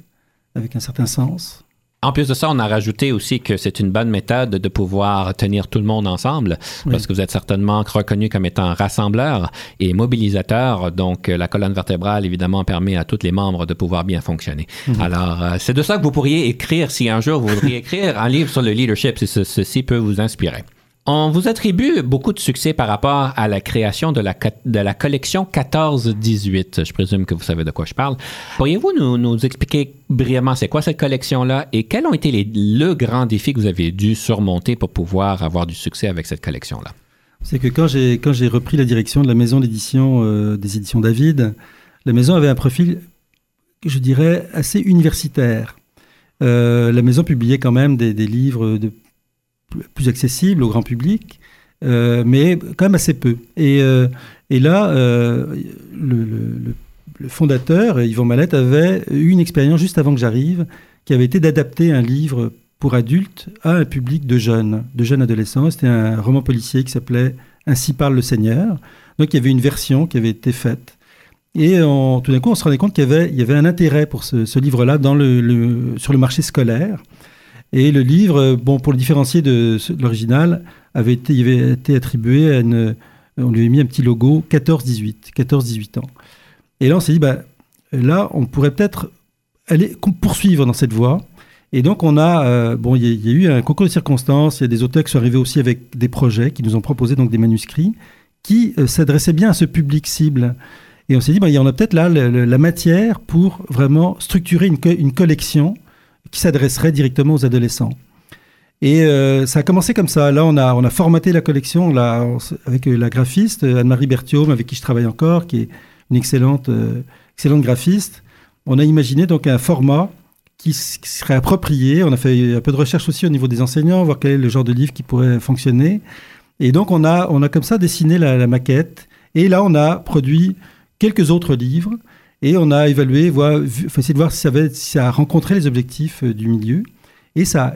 un certain sens. En plus de ça, on a rajouté aussi que c'est une bonne méthode de pouvoir tenir tout le monde ensemble, parce que vous êtes certainement reconnu comme étant rassembleur et mobilisateur. Donc, la colonne vertébrale, évidemment, permet à tous les membres de pouvoir bien fonctionner. Alors, c'est de ça que vous pourriez écrire si un jour vous voudriez écrire un livre sur le leadership, si ceci peut vous inspirer. On vous attribue beaucoup de succès par rapport à la création de la collection 14-18. Je présume que vous savez de quoi je parle. Pourriez-vous nous expliquer brièvement c'est quoi cette collection-là et quels ont été le grand défi que vous avez dû surmonter pour pouvoir avoir du succès avec cette collection-là? C'est que quand j'ai repris la direction de la maison d'édition des éditions David, la maison avait un profil, je dirais, assez universitaire. La maison publiait quand même des livres plus accessible au grand public, mais quand même assez peu. Et là, le fondateur, Yvon Mallette, avait eu une expérience juste avant que j'arrive, qui avait été d'adapter un livre pour adultes à un public de jeunes adolescents. C'était un roman policier qui s'appelait « Ainsi parle le Seigneur ». Donc il y avait une version qui avait été faite. Et tout d'un coup, on se rendait compte qu'il y avait un intérêt pour ce livre-là sur le marché scolaire. Et le livre, bon, pour le différencier de l'original, il avait été attribué on lui avait mis un petit logo 14-18 ans. Et là, on s'est dit, là, on pourrait peut-être aller poursuivre dans cette voie. Et donc, il y a eu un concours de circonstances. Il y a des auteurs qui sont arrivés aussi avec des projets, qui nous ont proposé donc des manuscrits qui s'adressaient bien à ce public cible. Et on s'est dit, il y en a peut-être là la matière pour vraiment structurer une collection qui s'adresserait directement aux adolescents. Et ça a commencé comme ça. Là, on a formaté la collection avec la graphiste Anne-Marie Berthiaume, avec qui je travaille encore, qui est une excellente graphiste. On a imaginé donc un format qui serait approprié. On a fait un peu de recherche aussi au niveau des enseignants, voir quel est le genre de livre qui pourrait fonctionner. Et donc, on a comme ça dessiné la maquette. Et là, on a produit quelques autres livres. Et on a évalué, essayé de voir si ça a rencontré les objectifs du milieu. Et ça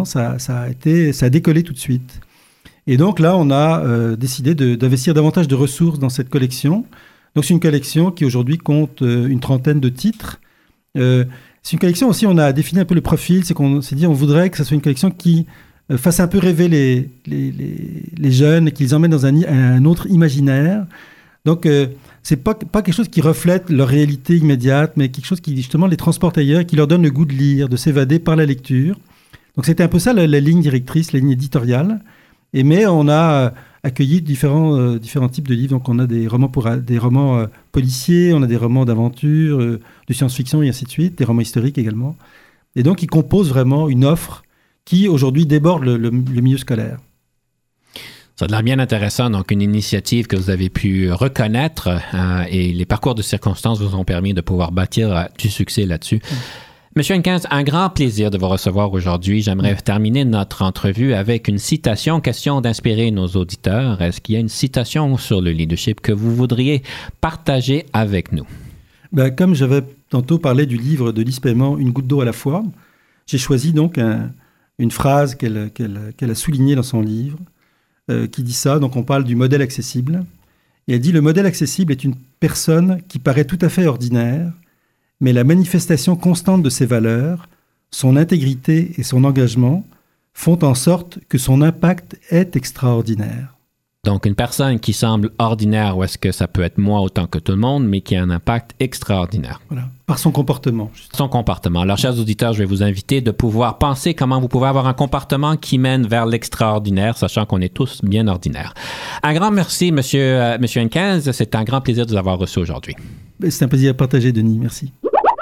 a décollé tout de suite. Et donc là, on a décidé d'investir davantage de ressources dans cette collection. Donc c'est une collection qui aujourd'hui compte une trentaine de titres. C'est une collection aussi, on a défini un peu le profil, c'est qu'on s'est dit on voudrait que ce soit une collection qui fasse un peu rêver les jeunes, et qu'ils emmène dans un autre imaginaire. Donc c'est pas quelque chose qui reflète leur réalité immédiate, mais quelque chose qui justement les transporte ailleurs, qui leur donne le goût de lire, de s'évader par la lecture. Donc c'était un peu ça la ligne directrice, la ligne éditoriale. Mais on a accueilli différents types de livres. Donc on a des romans policiers, on a des romans d'aventure, de science-fiction et ainsi de suite, des romans historiques également. Et donc ils composent vraiment une offre qui aujourd'hui déborde le milieu scolaire. Ça a l'air bien intéressant, donc une initiative que vous avez pu reconnaître et les parcours de circonstances vous ont permis de pouvoir bâtir du succès là-dessus. Monsieur Henkens, un grand plaisir de vous recevoir aujourd'hui. J'aimerais terminer notre entrevue avec une citation, question d'inspirer nos auditeurs. Est-ce qu'il y a une citation sur le leadership que vous voudriez partager avec nous? Comme j'avais tantôt parlé du livre de Lise Paiement, Une goutte d'eau à la fois, j'ai choisi donc une phrase qu'elle a soulignée dans son livre. Qui dit ça, donc on parle du modèle accessible, et elle dit « Le modèle accessible est une personne qui paraît tout à fait ordinaire, mais la manifestation constante de ses valeurs, son intégrité et son engagement font en sorte que son impact est extraordinaire. Donc, une personne qui semble ordinaire, ou est-ce que ça peut être moi autant que tout le monde, mais qui a un impact extraordinaire. Voilà, par son comportement. Son comportement. Alors, chers auditeurs, je vais vous inviter de pouvoir penser comment vous pouvez avoir un comportement qui mène vers l'extraordinaire, sachant qu'on est tous bien ordinaires. Un grand merci, Monsieur Henkens. C'est un grand plaisir de vous avoir reçu aujourd'hui. C'est un plaisir à partager, Denis. Merci.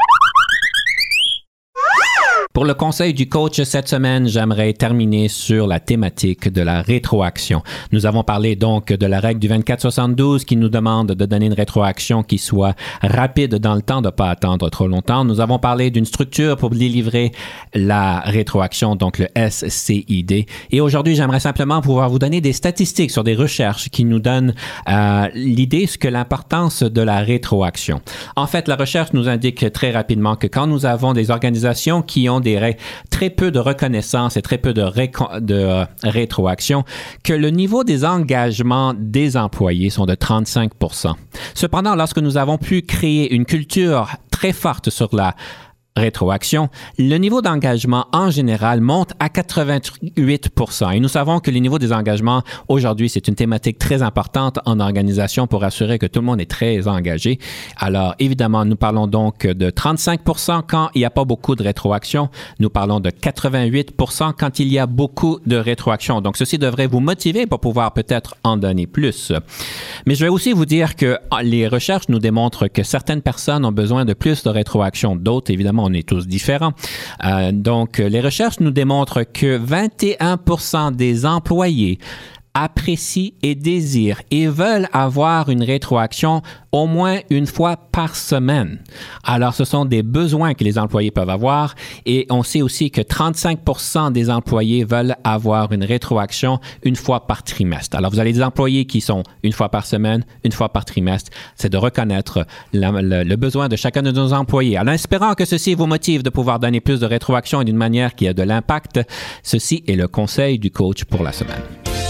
Pour le conseil du coach cette semaine, j'aimerais terminer sur la thématique de la rétroaction. Nous avons parlé donc de la règle du 24-72 qui nous demande de donner une rétroaction qui soit rapide dans le temps, de ne pas attendre trop longtemps. Nous avons parlé d'une structure pour délivrer la rétroaction, donc le SCID. Et aujourd'hui, j'aimerais simplement pouvoir vous donner des statistiques sur des recherches qui nous donnent l'idée ce que l'importance de la rétroaction. En fait, la recherche nous indique très rapidement que quand nous avons des organisations qui ont très peu de reconnaissance et très peu de rétroaction, que le niveau des engagements des employés sont de 35%. Cependant, lorsque nous avons pu créer une culture très forte sur la rétroaction, le niveau d'engagement en général monte à 88%. Et nous savons que le niveau des engagements, aujourd'hui, c'est une thématique très importante en organisation pour assurer que tout le monde est très engagé. Alors, évidemment, nous parlons donc de 35% quand il n'y a pas beaucoup de rétroaction. Nous parlons de 88% quand il y a beaucoup de rétroaction. Donc, ceci devrait vous motiver pour pouvoir peut-être en donner plus. Mais je vais aussi vous dire que les recherches nous démontrent que certaines personnes ont besoin de plus de rétroaction. D'autres, évidemment, on est tous différents. Donc, les recherches nous démontrent que 21% des employés apprécient et désirent et veulent avoir une rétroaction au moins une fois par semaine. Alors, ce sont des besoins que les employés peuvent avoir et on sait aussi que 35% des employés veulent avoir une rétroaction une fois par trimestre. Alors, vous avez des employés qui sont une fois par semaine, une fois par trimestre. C'est de reconnaître le besoin de chacun de nos employés. En espérant que ceci vous motive de pouvoir donner plus de rétroaction et d'une manière qui a de l'impact, ceci est le conseil du coach pour la semaine.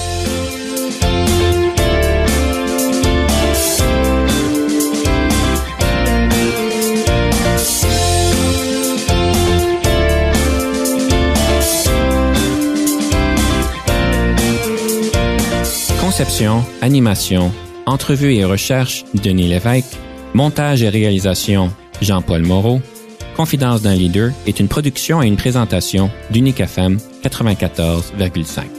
Conception, animation, entrevue et recherche, Denis Lévesque. Montage et réalisation, Jean-Paul Moreau. Confidence d'un leader est une production et une présentation d'Unique FM 94,5.